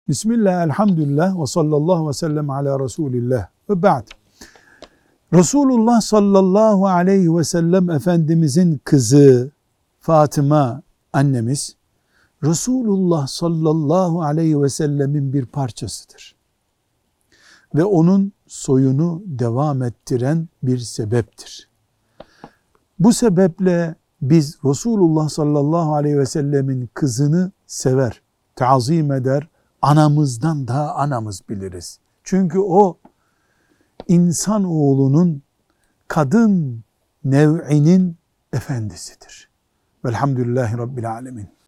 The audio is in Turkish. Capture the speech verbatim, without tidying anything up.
Bismillah, elhamdülillah ve sallallahu ve sellem ala Resulillah ve ba'd. Resulullah sallallahu aleyhi ve sellem Efendimizin kızı Fatıma annemiz, Resulullah sallallahu aleyhi ve sellemin bir parçasıdır. Ve onun soyunu devam ettiren bir sebeptir. Bu sebeple biz Resulullah sallallahu aleyhi ve sellemin kızını sever, tazim eder, anamızdan daha anamız biliriz. Çünkü o insan oğlunun, kadın nev'inin efendisidir. Velhamdülillahi Rabbil alemin.